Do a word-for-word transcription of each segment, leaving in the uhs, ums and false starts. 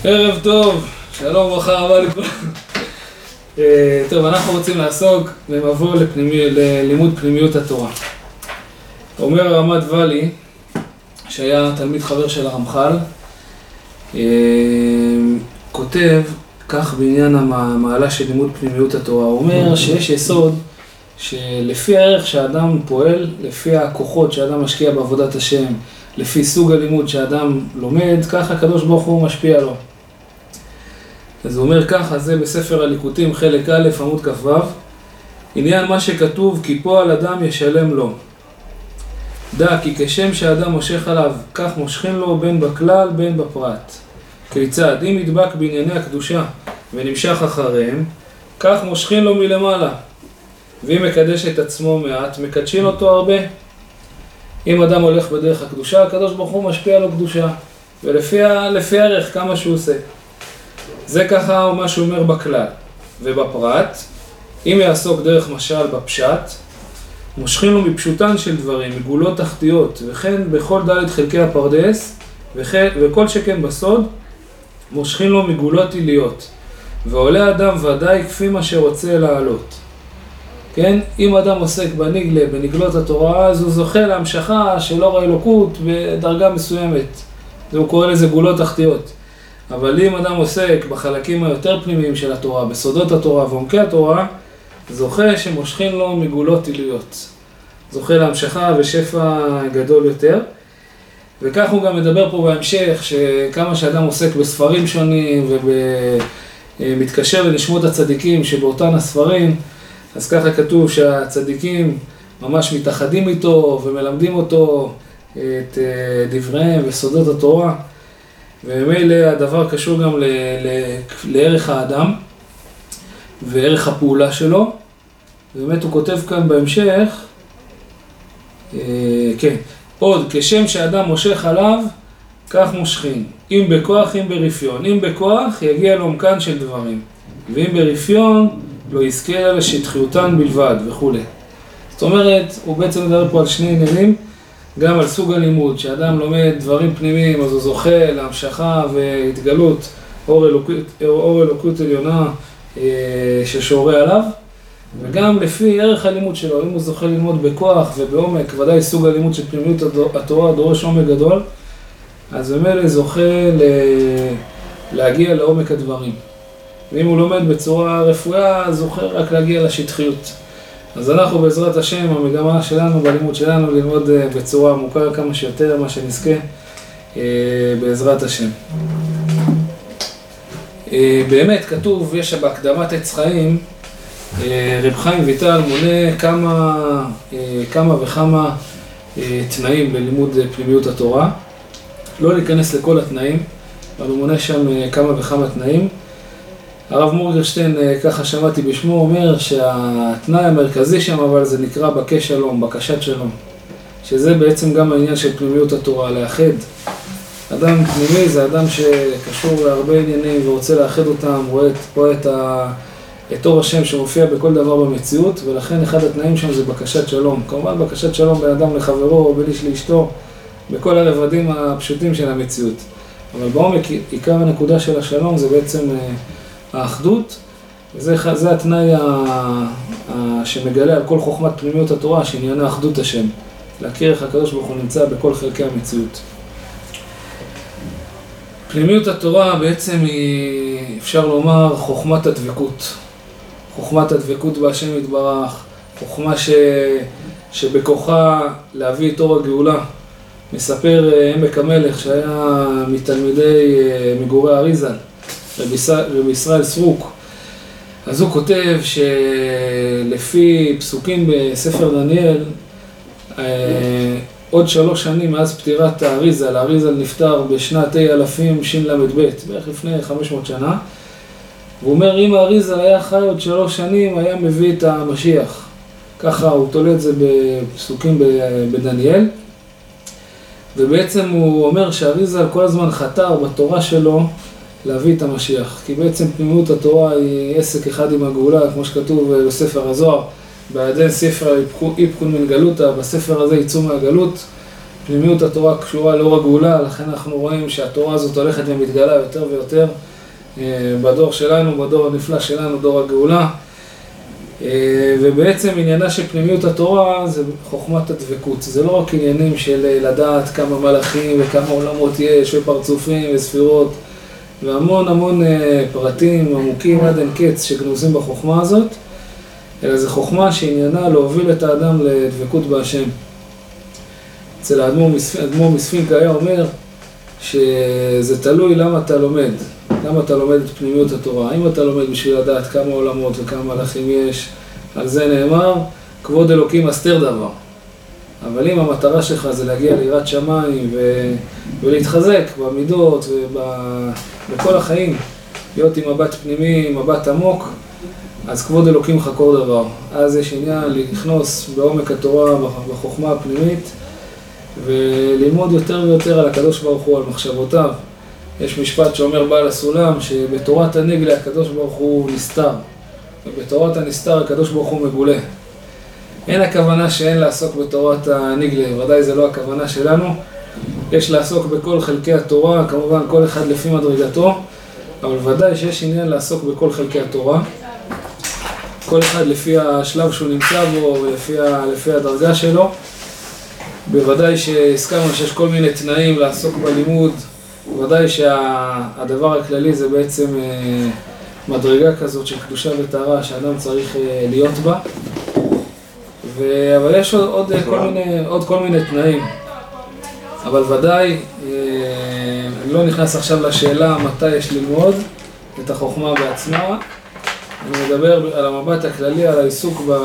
ערב טוב, שלום וברכה רבה לכולם. טוב, אנחנו רוצים לעסוק במבוא לפנימי, ללימוד פנימיות התורה. אומר הרמת ואלי, שהיה תלמיד חבר של הרמח"ל, כותב כך בעניין המעלה של לימוד פנימיות התורה. הוא אומר שיש יסוד שלפי הערך שהאדם פועל, לפי הכוחות שהאדם משקיע בעבודת השם, לפי סוג הלימוד שהאדם לומד, ככה הקדוש ברוך הוא משפיע לו. אז הוא אומר ככה, זה בספר הליקוטים חלק א' עמוד כ"ו, עניין מה שכתוב כי פועל אדם ישלם לו. דע כי כשם שהאדם מושך עליו, כך מושכים לו בין בכלל בין בפרט. כיצד? אם ידבק בענייני הקדושה ונמשך אחריהם, כך מושכים לו מלמעלה. ואם מקדש את עצמו מעט, מקדשים אותו הרבה. אם אדם הולך בדרך הקדושה, הקדוש ברוך הוא משפיע לו קדושה, ולפי הערך כמה שהוא עושה. זה ככה מה שהוא אומר בכלל. ובפרט, אם יעסוק דרך משל בפשט, מושכים לו מפשוטן של דברים, מגולות תחתיות, וכן בכל דלת חלקי הפרדס, וכן, וכל שכן בסוד, מושכים לו מגולות עיליות. ועולה אדם ודאי כפי מה שרוצה לעלות. כן? אם אדם עוסק בנגלה, בנגלות התורה, אז הוא זוכה להמשכה של אור האלוקות בדרגה מסוימת. זה הוא קורא לזה גולות תחתיות. אבל אם אדם עוסק בחלקים היותר פנימיים של התורה, בסודות התורה ועומקי התורה, זוכה שמושכים לו מגולות עיליות. זוכה להמשכה ושפע גדול יותר. וכך הוא גם מדבר פה בהמשך, שכמה שאדם עוסק בספרים שונים ומתקשר לנשמות הצדיקים שבאותן הספרים, אז ככה כתוב שהצדיקים ממש מתאחדים איתו ומלמדים אותו את דבריהם וסודות התורה. וממילא הדבר קשור גם ל- ל- לערך האדם וערך הפעולה שלו. באמת הוא כותב כאן בהמשך, כן, עוד כשם שאדם מושך עליו, כך מושכים. אם בכוח, אם ברפיון. אם בכוח, יגיע לעומקן של דברים. ואם ברפיון, לא יזכה לשטחיותן בלבד וכו'. זאת אומרת, הוא בעצם מדבר פה על שני עניינים, גם על סוג הלימוד, שאדם לומד דברים פנימיים, אז הוא זוכה להמשכה והתגלות אור אלוקות, אור אלוקות עליונה ששורה עליו, וגם לפי ערך הלימוד שלו, אם הוא זוכה ללמוד בכוח ובעומק, ודאי סוג הלימוד של פנימיות התורה דורש עומק גדול, אז במילא זוכה להגיע לעומק הדברים. ואם הוא לומד בצורה רפואה, זוכה רק להגיע לשטחיות. אז אנחנו בעזרת השם, המגמה שלנו בלימוד שלנו, ללמוד בצורה עמוקה כמה שיותר, מה שנזכה, בעזרת השם. באמת כתוב, יש בהקדמת עץ חיים, רב חיים ויטל מונה כמה, כמה וכמה תנאים ללימוד פנימיות התורה. לא להיכנס לכל התנאים, אבל הוא מונה שם כמה וכמה תנאים. הרב מורגרשטיין, ככה שמעתי בשמו, אומר שהתנאי המרכזי שם, אבל זה נקרא בקש שלום, בקשת שלום. שזה בעצם גם העניין של פנימיות התורה, לאחד. אדם פנימי זה אדם שקשור להרבה עניינים ורוצה לאחד אותם, רואה, רואה את, ה, את אור השם שמופיע בכל דבר במציאות, ולכן אחד התנאים שם זה בקשת שלום. כמובן בקשת שלום בין אדם לחברו או בין איש לאשתו, בכל הרבדים הפשוטים של המציאות. אבל בעומק, עיקר הנקודה של השלום זה בעצם האחדות, וזה זה התנאי ה, ה, שמגלה על כל חוכמת פנימיות התורה, שעניינה אחדות השם. להכיר איך הקדוש ברוך הוא נמצא בכל חלקי המציאות. פנימיות התורה בעצם היא, אפשר לומר, חוכמת הדבקות. חוכמת הדבקות בהשם יתברך, חוכמה ש, שבכוחה להביא את אור הגאולה. מספר עמק המלך שהיה מתלמידי מגורי אריזל, רבי ישראל סרוק. אז הוא כותב שלפי פסוקים בספר דניאל, עוד שלוש שנים מאז פטירת האריזל, האריזל נפטר בשנת אלפים של"ב, בערך לפני חמש מאות שנה. והוא אומר, אם האריזל היה חי עוד שלוש שנים, היה מביא את המשיח. ככה הוא תולה את זה בפסוקים בדניאל. ובעצם הוא אומר שהאריזל כל הזמן חתר בתורה שלו להביא את המשיח. כי בעצם פנימיות התורה היא עסק אחד עם הגאולה, כמו שכתוב בספר הזוהר, בעדן ספר איפכון מן גלותה, בספר הזה יצאו מהגלות, פנימיות התורה קשורה לאור הגאולה, לכן אנחנו רואים שהתורה הזאת הולכת ומתגלה יותר ויותר בדור שלנו, בדור הנפלא שלנו, דור הגאולה. ובעצם עניינה של פנימיות התורה זה חוכמת הדבקות. זה לא רק עניינים של לדעת כמה מלאכים וכמה עולמות יש ופרצופים וספירות והמון המון פרטים עמוקים עד אין קץ שגנוזים בחוכמה הזאת, אלא זה חוכמה שעניינה להוביל את האדם לדבקות בהשם. אצל האדמו"ר מספינק היה אומר שזה תלוי למה אתה לומד, למה אתה לומד את פנימיות התורה. אם אתה לומד בשביל לדעת כמה עולמות וכמה מלאכים יש, על זה נאמר, כבוד אלוקים הסתר דבר. אבל אם המטרה שלך זה להגיע ליראת שמיים ו... ולהתחזק במידות ובכל החיים, להיות עם מבט פנימי, מבט עמוק, אז כבוד אלוקים חקור דבר. אז יש עניין לכנוס בעומק התורה בחוכמה הפנימית, וללמוד יותר ויותר על הקדוש ברוך הוא, על מחשבותיו. יש משפט שאומר בעל הסולם, שבתורת הנגלה הקדוש ברוך הוא נסתר, ובתורת הנסתר הקדוש ברוך הוא מגולה. אין הכוונה שאין לעסוק בתורת הנגלה, ודאי זה לא הכוונה שלנו. יש לעסוק בכל חלקי התורה, כמובן כל אחד לפי מדרגתו, אבל ודאי שיש עניין לעסוק בכל חלקי התורה. כל אחד לפי השלב שהוא נמצא בו ולפי לפי הדרגה שלו. בוודאי שהזכרנו שיש כל מיני תנאים לעסוק בלימוד, בוודאי שהדבר הכללי זה בעצם מדרגה כזאת של קדושה וטהרה שאדם צריך להיות בה. ו... אבל יש עוד, עוד, כל מיני, עוד כל מיני תנאים. אבל ודאי, אני לא נכנס עכשיו לשאלה מתי יש ללמוד את החוכמה בעצמה. אני מדבר על המבט הכללי, על העיסוק ב...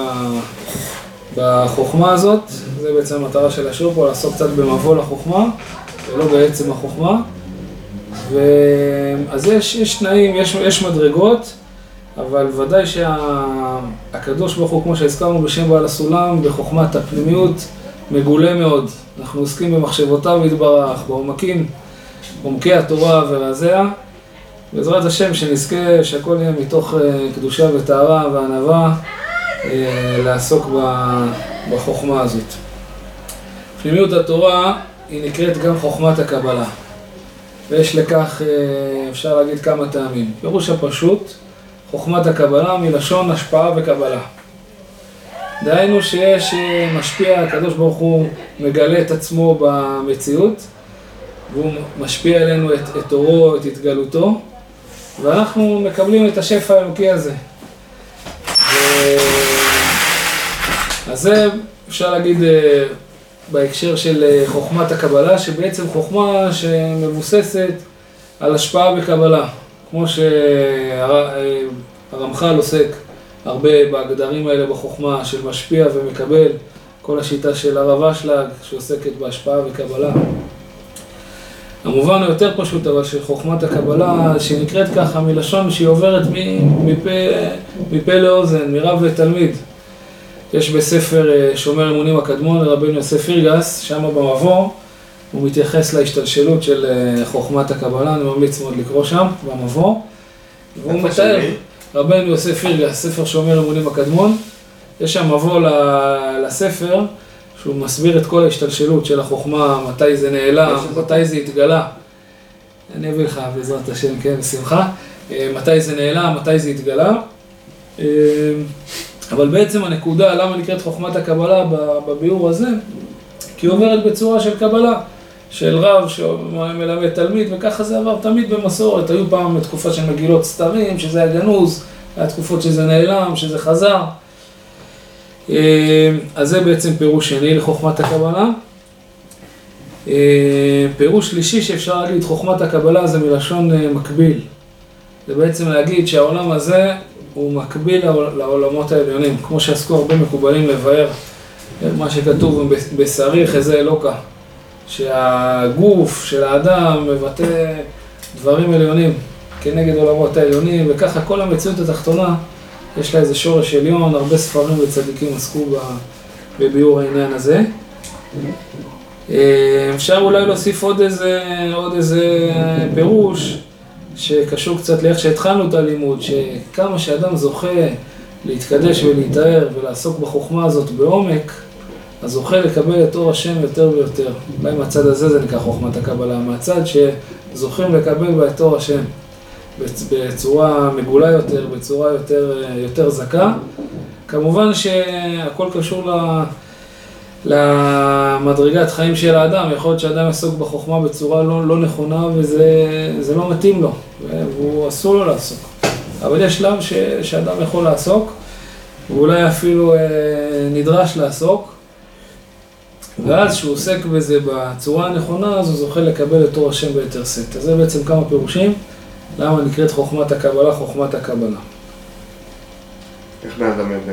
בחוכמה הזאת. זה בעצם המטרה של השיעור פה, לעסוק קצת במבוא לחוכמה, ולא בעצם החוכמה. ו... אז יש, יש תנאים, יש, יש מדרגות, אבל ודאי שהקדוש ברוך הוא, כמו שהזכרנו בשם בעל הסולם, בחוכמת הפנימיות, מגולה מאוד. אנחנו עוסקים במחשבותיו יתברך, בעומקים, עומקי התורה ורזיה. בעזרת השם שנזכה שהכל יהיה מתוך קדושה וטהרה וענווה, לעסוק בחוכמה הזאת. פנימיות התורה היא נקראת גם חוכמת הקבלה. ויש לכך, אפשר להגיד, כמה טעמים. פירוש הפשוט, חוכמת הקבלה מלשון השפעה וקבלה. דהיינו שיש משפיע, הקדוש ברוך הוא מגלה את עצמו במציאות, והוא משפיע עלינו את, את אורו, את התגלותו, ואנחנו מקבלים את השפע האלוקי הזה. ו... אז זה אפשר להגיד בהקשר של חוכמת הקבלה, שבעצם חוכמה שמבוססת על השפעה וקבלה. כמו שהרמח"ל עוסק הרבה בהגדרים האלה בחוכמה של משפיע ומקבל, כל השיטה של הרב אשלג שעוסקת בהשפעה וקבלה. המובן היותר פשוט אבל של חוכמת הקבלה, שנקראת ככה מלשון שהיא עוברת מפה, מפה לאוזן, מרב לתלמיד. יש בספר שומר אמונים הקדמון לרבנו יוסף פירגס, שם במבוא, הוא מתייחס להשתלשלות של חוכמת הקבלה, אני ממליץ מאוד לקרוא שם, במבוא. והוא מתאר, רבנו יוסף פירגס, ספר שומר אמונים הקדמון, יש שם מבוא לספר, שהוא מסביר את כל ההשתלשלות של החוכמה, מתי זה נעלם, מתי זה התגלה. אני אביא לך בעזרת השם, כן, בשמחה. מתי זה נעלם, מתי זה התגלה. אבל בעצם הנקודה, למה נקראת חוכמת הקבלה בביאור הזה? כי היא עוברת בצורה של קבלה, של רב שמלמד תלמיד, וככה זה עבר תמיד במסורת. היו פעם תקופה של מגילות סתרים, שזה היה גנוז, היה תקופות שזה נעלם, שזה חזר. אז זה בעצם פירוש שני לחוכמת הקבלה. פירוש שלישי שאפשר להגיד, חוכמת הקבלה זה מלשון מקביל. זה בעצם להגיד שהעולם הזה הוא מקביל לעולמות העליונים, כמו שעסקו הרבה מקובלים לבאר מה שכתוב בשרי חזה אלוקה, שהגוף של האדם מבטא דברים עליונים כנגד עולמות העליונים, וככה כל המציאות התחתונה יש לה איזה שורש עליון, הרבה ספרים וצדיקים עסקו בביאור העניין הזה. אפשר אולי להוסיף עוד איזה, עוד איזה פירוש שקשור קצת לאיך שהתחלנו את הלימוד, שכמה שאדם זוכה להתקדש ולהתאר ולעסוק בחוכמה הזאת בעומק, אז זוכה לקבל את אור השם יותר ויותר. אולי מהצד הזה זה נקרא חוכמת הקבלה, מהצד שזוכים לקבל בה את אור השם בצורה מגולה יותר, בצורה יותר, יותר זכה. כמובן שהכל קשור למדרגת חיים של האדם, יכול להיות שאדם יעסוק בחוכמה בצורה לא, לא נכונה וזה לא מתאים לו, והוא אסור לו לעסוק. אבל יש שלב ש, שאדם יכול לעסוק, ואולי אפילו אה, נדרש לעסוק, ואז שהוא עוסק בזה בצורה הנכונה, אז הוא זוכה לקבל את אור השם ביתר שאת. אז זה בעצם כמה פירושים, למה נקראת חוכמת הקבלה, חוכמת הקבלה. איך באדם יודע?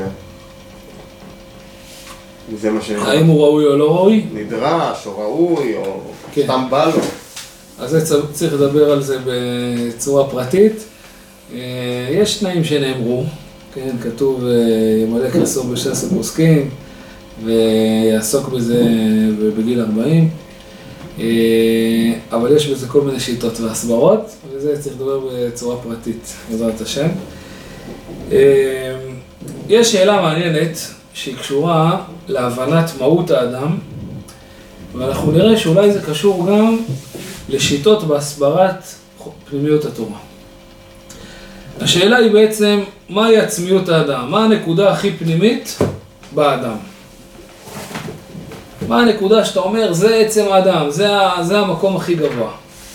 זה מה ש... האם הוא ראוי או לא ראוי? נדרש או ראוי או כן. סתם בא לו. אז זה צריך לדבר על זה בצורה פרטית. יש תנאים שנאמרו, כן, כתוב ימלא כסור בש"ס הפוסקים ויעסוק בזה בגיל ארבעים, אבל יש בזה כל מיני שיטות והסברות, וזה צריך לדבר בצורה פרטית, בעזרת השם. יש שאלה מעניינת שהיא קשורה להבנת מהות האדם, ואנחנו נראה שאולי זה קשור גם לשיטות בהסברת פנימיות התורה. השאלה היא בעצם, מהי עצמיות האדם? מה הנקודה הכי פנימית באדם? מה הנקודה שאתה אומר, זה עצם האדם, זה, זה המקום הכי גבוה.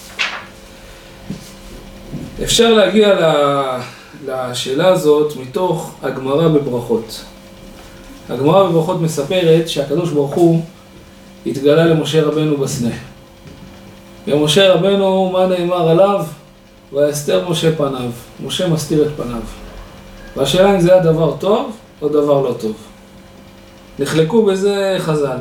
אפשר להגיע לשאלה הזאת מתוך הגמרא בברכות. הגמרא בברכות מספרת שהקדוש ברוך הוא התגלה למשה רבנו בסנה. ומשה רבנו, מה נאמר עליו? ויסתר משה פניו. משה מסתיר את פניו. והשאלה אם זה היה דבר טוב או דבר לא טוב. נחלקו בזה חז"ל.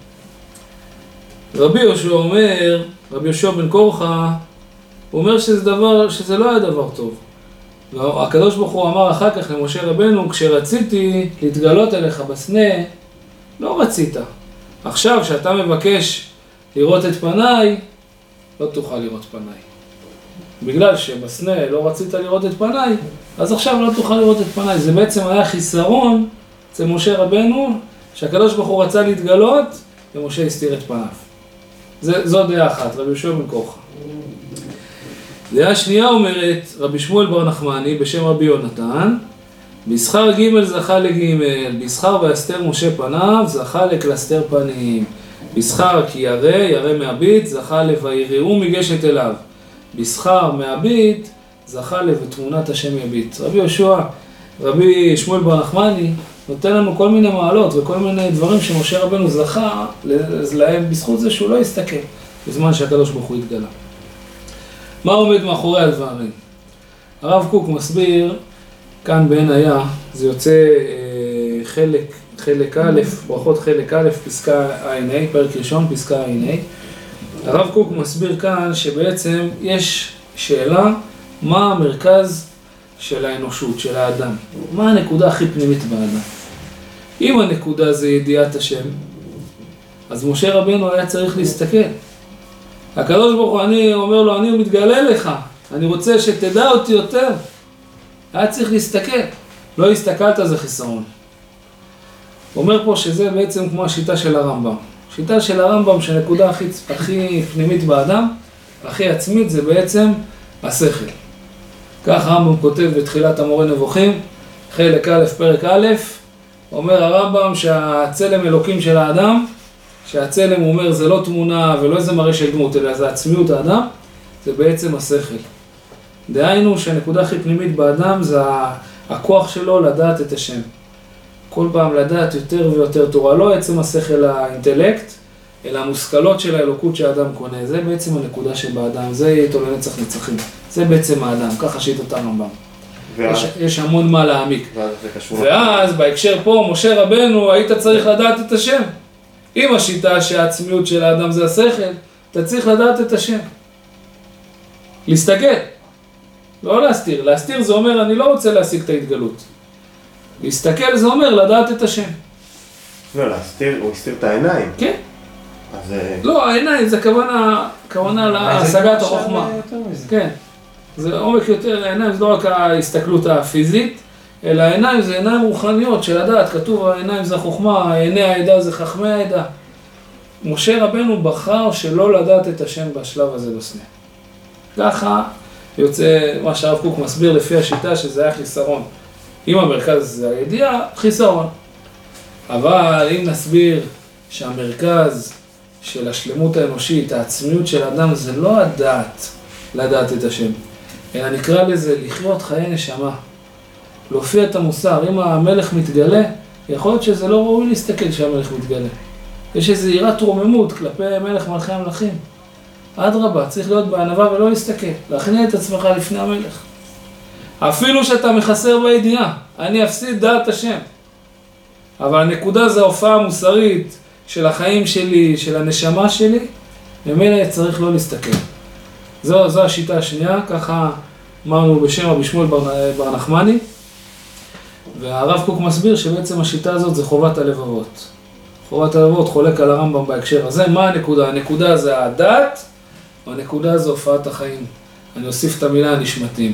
רבי יהושע אומר, רבי יהושע בן קורחה, הוא אומר שזה, דבר, שזה לא היה דבר טוב. והקדוש ברוך הוא אמר אחר כך למשה רבנו, כשרציתי להתגלות אליך בסנה, לא רצית. עכשיו שאתה מבקש לראות את פניי, לא תוכל לראות פניי. בגלל שבסנה לא רצית לראות את פניי, אז עכשיו לא תוכל לראות את פניי. זה בעצם היה חיסרון אצל משה רבנו, שהקדוש ברוך הוא רצה להתגלות, ומשה הסתיר את פניו. זה, זו דעה אחת, רבי יהושע בן קורחה. דעה שנייה אומרת, רבי שמואל בר נחמני בשם רבי יונתן, בשכר ג' זכה לג', בשכר ויסתר משה פניו, זכה לקלסתר פנים. בשכר כי ירא, ירא מהביט, זכה ל"ויראו מגשת אליו". בשכר מהביט, זכה לבתמונת השם יביט. רבי יהושע, רבי שמואל בר נחמני, נותן לנו כל מיני מעלות וכל מיני דברים שמשה רבנו זכה להם בזכות זה שהוא לא יסתכל בזמן שהקדוש ברוך הוא התגלה. מה עומד מאחורי הדברים? הרב קוק מסביר, כאן בעין היה, זה יוצא אה, חלק, חלק א', ברכות חלק א', פסקה ע"ה, פרק ראשון, פסקה ע"ה. הרב קוק מסביר כאן שבעצם יש שאלה, מה המרכז של האנושות, של האדם? מה הנקודה הכי פנימית באדם? אם הנקודה זה ידיעת השם, אז משה רבנו היה צריך להסתכל. הקדוש ברוך הוא, אני אומר לו, אני מתגלה לך, אני רוצה שתדע אותי יותר. היה צריך להסתכל. לא הסתכלת, זה חיסרון. הוא אומר פה שזה בעצם כמו השיטה של הרמב"ם. השיטה של הרמב"ם שנקודה הכי, הכי פנימית באדם, הכי עצמית, זה בעצם השכל. כך הרמב"ם כותב בתחילת המורה נבוכים, חלק א', פרק א', אומר הרמב"ם שהצלם אלוקים של האדם, שהצלם הוא אומר זה לא תמונה ולא איזה מראה של דמות, אלא זה עצמיות האדם, זה בעצם השכל. דהיינו שהנקודה הכי פנימית באדם זה הכוח שלו לדעת את השם. כל פעם לדעת יותר ויותר תורה, לא עצם השכל האינטלקט, אלא המושכלות של האלוקות שהאדם קונה. זה בעצם הנקודה שבאדם, זה איתו לנצח נצחים. זה בעצם האדם, ככה שיטת הרמב"ם. יש, יש המון מה להעמיק. ואז בהקשר פה, משה רבנו, היית צריך לדעת את השם. עם השיטה שהעצמיות של האדם זה השכל, אתה צריך לדעת את השם. להסתכל. לא להסתיר. להסתיר זה אומר, אני לא רוצה להשיג את ההתגלות. להסתכל זה אומר לדעת את השם. לא, להסתיר, הוא הסתיר את העיניים. כן. אז... לא, העיניים זה כוונה, כוונה להשגת החוכמה. כן. זה עומק יותר, העיניים זה לא רק ההסתכלות הפיזית, אלא העיניים זה עיניים רוחניות של הדעת, כתוב העיניים זה החוכמה, עיני העדה זה חכמי העדה. משה רבנו בחר שלא לדעת את השם בשלב הזה בסנה. ככה יוצא מה שהרב קוק מסביר לפי השיטה שזה היה חיסרון. אם המרכז זה הידיעה, חיסרון. אבל אם נסביר שהמרכז של השלמות האנושית, העצמיות של האדם, זה לא הדעת לדעת את השם, אלא נקרא לזה לחיות חיי נשמה, להופיע את המוסר. אם המלך מתגלה, יכול להיות שזה לא ראוי להסתכל שהמלך מתגלה. יש איזו יראת רוממות כלפי מלך מלכי המלכים. אדרבה, צריך להיות בענווה ולא להסתכל, להכניע את עצמך לפני המלך. אפילו שאתה מחסר בידיעה, אני אפסיד דעת השם. אבל הנקודה זה ההופעה המוסרית של החיים שלי, של הנשמה שלי, ומילא צריך לא להסתכל. זו, זו השיטה השנייה, ככה אמרנו בשם רבי שמואל בר, בר נחמני, והרב קוק מסביר שבעצם השיטה הזאת זה חובת הלבבות. חובת הלבבות חולק על הרמב"ם בהקשר הזה. מה הנקודה? הנקודה זה הדת, והנקודה זה הופעת החיים. אני אוסיף את המילה הנשמתיים.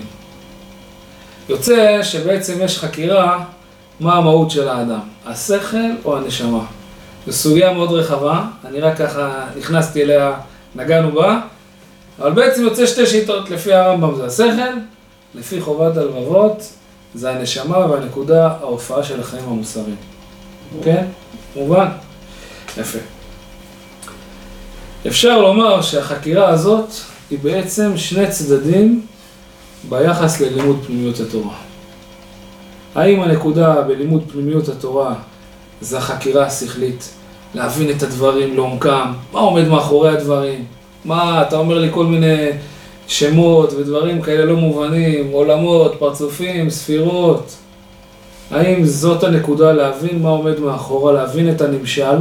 יוצא שבעצם יש חקירה מה המהות של האדם, השכל או הנשמה. זו סוגיה מאוד רחבה, אני רק ככה נכנסתי אליה, נגענו בה, אבל בעצם יוצא שתי שיטות. לפי הרמב"ם זה השכל, לפי חובת הלבבות זה הנשמה, והנקודה ההופעה של החיים המוסריים. כן? מובן? יפה. אפשר לומר שהחקירה הזאת היא בעצם שני צדדים ביחס ללימוד פנימיות התורה. האם הנקודה בלימוד פנימיות התורה זה החקירה השכלית, להבין את הדברים לעומקם, מה עומד מאחורי הדברים, מה, אתה אומר לי כל מיני שמות ודברים כאלה לא מובנים, עולמות, פרצופים, ספירות. האם זאת הנקודה להבין מה עומד מאחורה, להבין את הנמשל,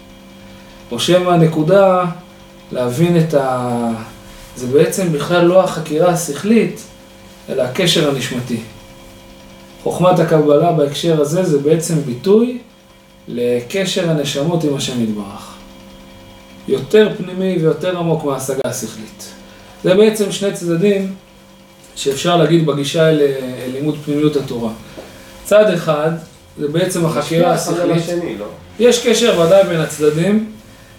או שמה הנקודה להבין את ה... זה בעצם בכלל לא החקירה השכלית, אלא הקשר הנשמתי. חוכמת הקבלה בהקשר הזה זה בעצם ביטוי לקשר הנשמות עם השם יתברך. יותר פנימי ויותר עמוק מההשגה השכלית. זה בעצם שני צדדים שאפשר להגיד בגישה אל לימוד פנימיות התורה. צד אחד זה בעצם החקירה השכלית. לא? יש קשר ודאי בין הצדדים,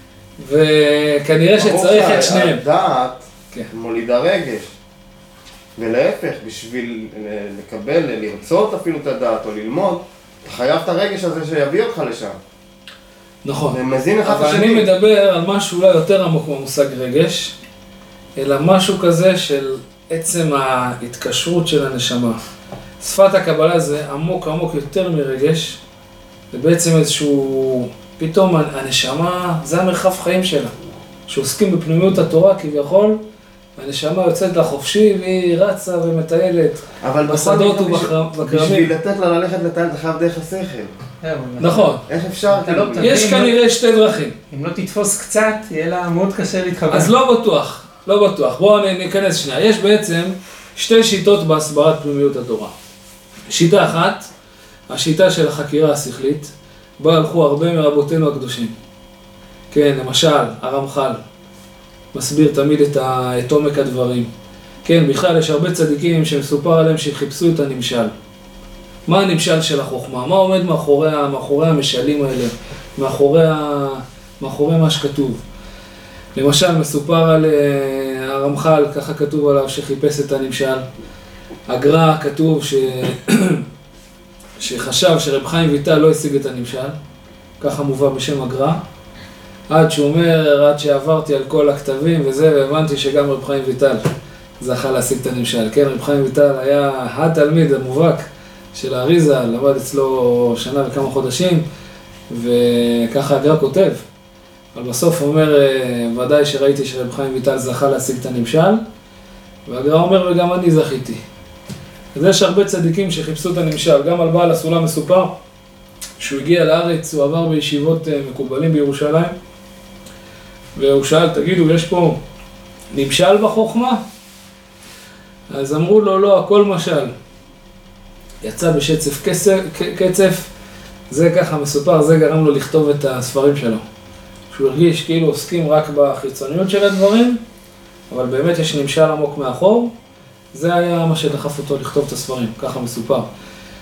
וכנראה שצריך את שניהם. הדעת כן. מולידה רגש. ולהפך, בשביל לקבל, לרצות אפילו את הדעת או ללמוד, אתה חייב את הרגש הזה שיביא אותך לשם. נכון. זה מזין אחד אבל השני. אני מדבר על משהו אולי יותר עמוק מהמושג רגש, אלא משהו כזה של עצם ההתקשרות של הנשמה. שפת הקבלה זה עמוק עמוק יותר מרגש, זה בעצם איזשהו, פתאום הנשמה, זה המרחב חיים שלה. שעוסקים בפנימיות התורה כביכול, הנשמה יוצאת לחופשי והיא רצה ומטיילת בשדות ובכרמים. בשביל לתת לה ללכת לטייל, אתה חייב דרך השכל. נכון. איך אפשר? יש כנראה שתי דרכים. אם לא תתפוס קצת, יהיה לה מאוד קשה להתחבר. אז לא בטוח, לא בטוח. בואו ניכנס שנייה. יש בעצם שתי שיטות בהסברת פנימיות התורה. שיטה אחת, השיטה של החקירה השכלית, בה הלכו הרבה מרבותינו הקדושים. כן, למשל, הרמח"ל. מסביר תמיד את, ה... את עומק הדברים. כן, בכלל יש הרבה צדיקים שמסופר עליהם שחיפשו את הנמשל. מה הנמשל של החוכמה? מה עומד מאחורי, מאחורי המשלים האלה? מאחורי, ה... מאחורי מה שכתוב. למשל, מסופר על uh, הרמח"ל, ככה כתוב עליו, שחיפש את הנמשל. הגר"א כתוב ש... שחשב שרב חיים ויטל לא השיג את הנמשל. ככה מובא בשם הגר"א. עד שהוא אומר, עד שעברתי על כל הכתבים וזה, והבנתי שגם רב חיים ויטל זכה להשיג את הנמשל. כן, רב חיים ויטל היה התלמיד המובהק של האריזה, למד אצלו שנה וכמה חודשים, וככה הגר"א כותב. אבל בסוף הוא אומר, ודאי שראיתי שרב חיים ויטל זכה להשיג את הנמשל, והגר"א אומר, וגם אני זכיתי. אז יש הרבה צדיקים שחיפשו את הנמשל, גם על בעל הסולם מסופר, שהוא הגיע לארץ, הוא עבר בישיבות מקובלים בירושלים, והוא שאל, תגידו, יש פה נמשל בחוכמה? אז אמרו לו, לא, הכל משל. יצא בשצף קצף, זה ככה מסופר, זה גרם לו לכתוב את הספרים שלו. שהוא הרגיש כאילו עוסקים רק בחיצוניות של הדברים, אבל באמת יש נמשל עמוק מאחור, זה היה מה שדחף אותו לכתוב את הספרים, ככה מסופר.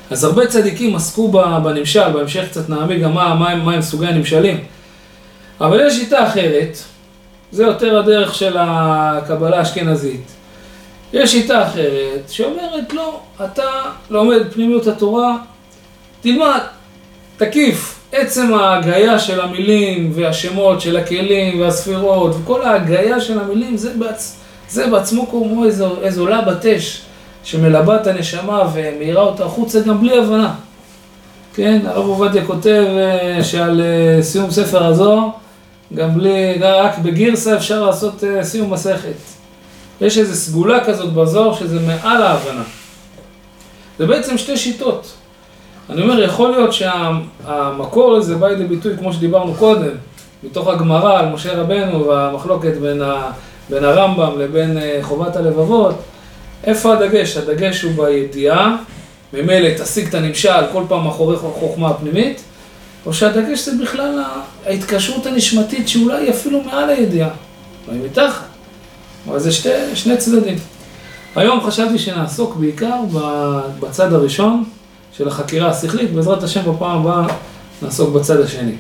אז הרבה צדיקים עסקו בנמשל, בהמשך קצת נעמיק גם מה, מה, מה הם סוגי הנמשלים. אבל יש שיטה אחרת, זה יותר הדרך של הקבלה האשכנזית. יש שיטה אחרת שאומרת, לא, אתה לומד פנימיות התורה, תלמד, תקיף, עצם ההגיה של המילים והשמות של הכלים והספירות, וכל ההגיה של המילים, זה, בעצ... זה בעצמו כמו איזו, איזו עולה בתש, שמלבה את הנשמה ומאירה אותה החוצה גם בלי הבנה. כן, הרב עובדיה כותב שעל סיום ספר הזוהר, גם בלי, רק בגירסה אפשר לעשות סיום מסכת. יש איזו סגולה כזאת בזוהר שזה מעל ההבנה. זה בעצם שתי שיטות. אני אומר, יכול להיות שהמקור הזה בא לידי ביטוי, כמו שדיברנו קודם, מתוך הגמרא על משה רבנו והמחלוקת בין, ה, בין הרמב"ם לבין חובת הלבבות. איפה הדגש? הדגש הוא בידיעה, ממילא תשיג את הנמשל כל פעם מאחורי חוכמה הפנימית, או שהדגש זה בכלל ההתקשרות הנשמתית שאולי אפילו מעל הידיעה, אולי מתחת. אבל זה שתי, שני צדדים. היום חשבתי שנעסוק בעיקר בצד הראשון של החקירה השכלית, בעזרת השם בפעם הבאה נעסוק בצד השני.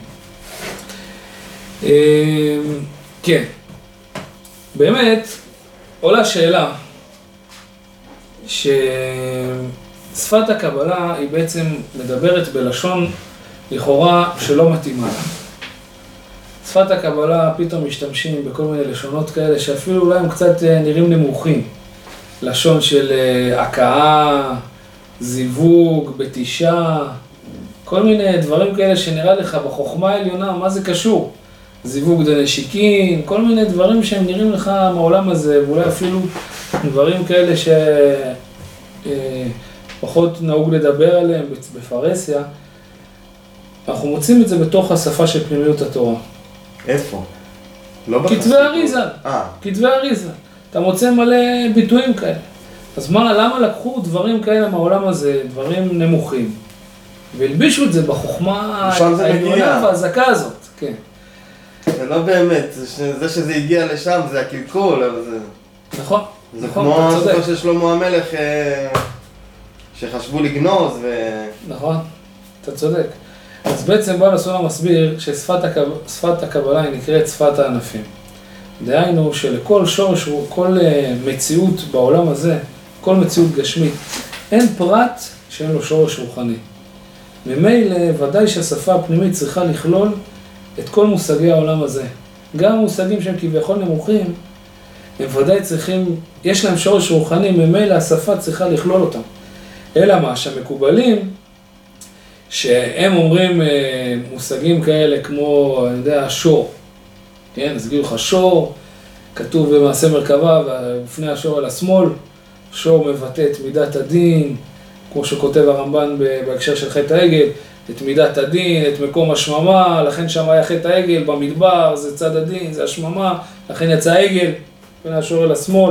כן, באמת עולה שאלה ששפת הקבלה היא בעצם מדברת בלשון לכאורה שלא מתאימה לה. שפת הקבלה פתאום משתמשים בכל מיני לשונות כאלה שאפילו אולי הם קצת נראים נמוכים. לשון של הקאה, זיווג, בתישה, כל מיני דברים כאלה שנראה לך בחוכמה העליונה, מה זה קשור? זיווג דנשיקין, כל מיני דברים שהם נראים לך מהעולם הזה, ואולי אפילו דברים כאלה שפחות נהוג לדבר עליהם בפרסיה. אנחנו מוצאים את זה בתוך השפה של פנימיות התורה. איפה? לא כתבי אריזה. אה. כתבי אריזה. אתה מוצא מלא ביטויים כאלה. אז מה, למה לקחו דברים כאלה מהעולם הזה, דברים נמוכים, והלבישו את זה בחוכמה העליונה והזקה הזאת? כן. זה לא באמת, זה שזה הגיע לשם זה הקלקול, אבל זה... נכון, זה נכון, כמו אתה צודק. הספר של שלמה המלך שחשבו לגנוז ו... נכון, אתה צודק. אז בעצם בא הסולם מסביר ששפת הקב... שפת הקבלה היא נקראת שפת הענפים. דהיינו שלכל שורש, כל מציאות בעולם הזה, כל מציאות גשמית, אין פרט שאין לו שורש רוחני. ממילא ודאי שהשפה הפנימית צריכה לכלול את כל מושגי העולם הזה. גם מושגים שהם כביכול נמוכים, הם ודאי צריכים, יש להם שורש רוחני, ממילא השפה צריכה לכלול אותם. אלא מה, שהמקובלים, שהם אומרים מושגים כאלה כמו, אני יודע, שור. כן, אז יגידו לך שור, כתוב במעשה מרכבה, ולפני השור על השמאל, שור מבטא את מידת הדין, כמו שכותב הרמב"ן בהקשר של חטא העגל, את מידת הדין, את מקום השממה, לכן שם היה חטא העגל, במדבר, זה צד הדין, זה השממה, לכן יצא העגל, לפני השור על השמאל.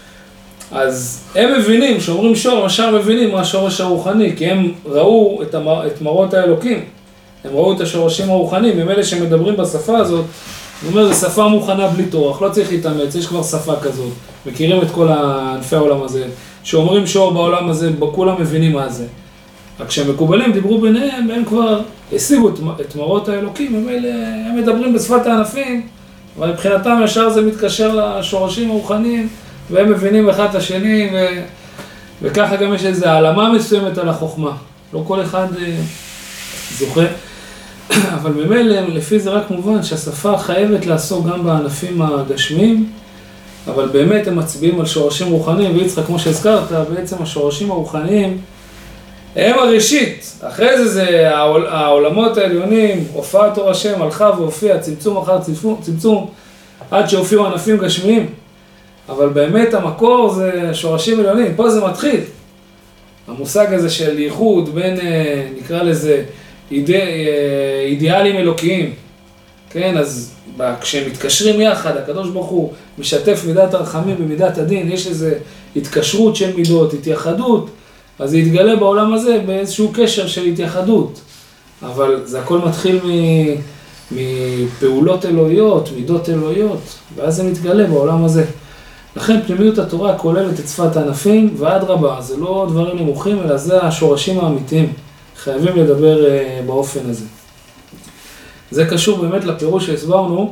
אז הם מבינים, שאומרים שור, משל מבינים מה השורש הרוחני, כי הם ראו את, המר, את מראות האלוקים, הם ראו את השורשים הרוחניים, הם אלה שמדברים בשפה הזאת, זאת אומרת, זו שפה מוכנה בלי תורך, לא צריך להתאמץ, יש כבר שפה כזאת, מכירים את כל ענפי העולם הזה, שאומרים שור בעולם הזה, כולם מבינים מה זה. רק כשהמקובלים דיברו ביניהם, הם כבר השיגו את מראות האלוקים, הם, אלה, הם מדברים בשפת הענפים, אבל מבחינתם ישר זה מתקשר לשורשים הרוחניים, והם מבינים אחד את השני, ו... וככה גם יש איזו העלמה מסוימת על החוכמה. לא כל אחד זוכה. אבל ממילא, לפי זה רק מובן שהשפה חייבת לעסוק גם בענפים הגשמיים, אבל באמת הם מצביעים על שורשים רוחניים, ויצחק, כמו שהזכרת, בעצם השורשים הרוחניים הם הראשית. אחרי זה זה העול, העולמות העליונים, הופעת אור השם, הלכה והופיע, צמצום אחר צמצום, צמצום עד שהופיעו ענפים גשמיים. אבל באמת המקור זה שורשים עליונים, פה זה מתחיל. המושג הזה של ייחוד בין, נקרא לזה, אידי, אידיאלים אלוקיים. כן, אז כשהם מתקשרים יחד, הקדוש ברוך הוא משתף מידת הרחמים במידת הדין, יש איזו התקשרות של מידות, התייחדות, אז זה יתגלה בעולם הזה באיזשהו קשר של התייחדות. אבל זה הכל מתחיל מפעולות אלוהיות, מידות אלוהיות, ואז זה מתגלה בעולם הזה. לכן פנימיות התורה כוללת את שפת הענפים, ואדרבה, זה לא דברים נמוכים, אלא זה השורשים האמיתיים. חייבים לדבר uh, באופן הזה. זה קשור באמת לפירוש שהסברנו,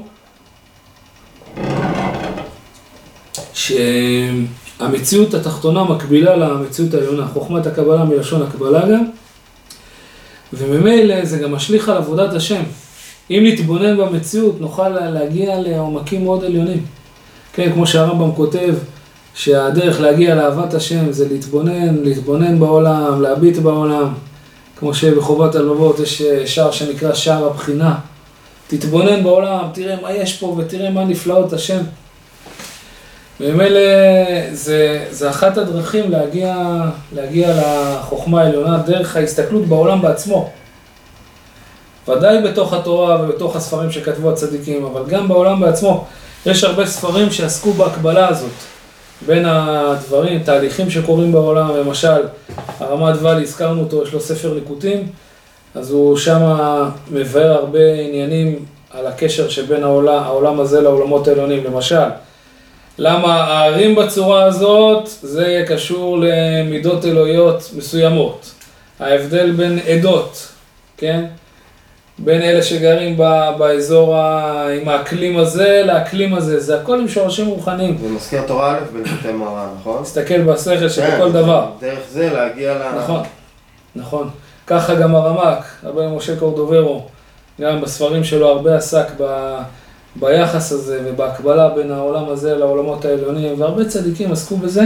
שהמציאות התחתונה מקבילה למציאות העליונה, חוכמת הקבלה מלשון הקבלה גם, וממילא זה גם משליך על עבודת השם. אם נתבונן במציאות, נוכל להגיע לעומקים מאוד עליונים. כן, כמו שהרמב"ם כותב, שהדרך להגיע לאהבת השם זה להתבונן, להתבונן בעולם, להביט בעולם. כמו שבחובת הלבבות יש שער שנקרא שער הבחינה. תתבונן בעולם, תראה מה יש פה ותראה מה נפלאות השם. וממילא זה, זה אחת הדרכים להגיע, להגיע לחוכמה העליונה, דרך ההסתכלות בעולם בעצמו. ודאי בתוך התורה ובתוך הספרים שכתבו הצדיקים, אבל גם בעולם בעצמו. יש הרבה ספרים שעסקו בהקבלה הזאת, בין הדברים, תהליכים שקורים בעולם, למשל, הרמת ואלי, הזכרנו אותו, יש לו ספר ליקוטים, אז הוא שם מבאר הרבה עניינים על הקשר שבין העולם, העולם הזה לעולמות העליונים, למשל, למה הערים בצורה הזאת, זה קשור למידות אלוהיות מסוימות, ההבדל בין עדות, כן? בין אלה שגרים באזור עם האקלים הזה לאקלים הזה, זה הכל עם שורשים רוחניים. זה מזכיר תורה א' בליקוטי מוהר"ן, נכון? תסתכל בשכל שבכל דבר. דרך זה להגיע ל... נכון, נכון. ככה גם הרמ"ק, רבי משה קורדוברו, גם בספרים שלו הרבה עסק ב... ביחס הזה ובהקבלה בין העולם הזה לעולמות העליונים, והרבה צדיקים עסקו בזה.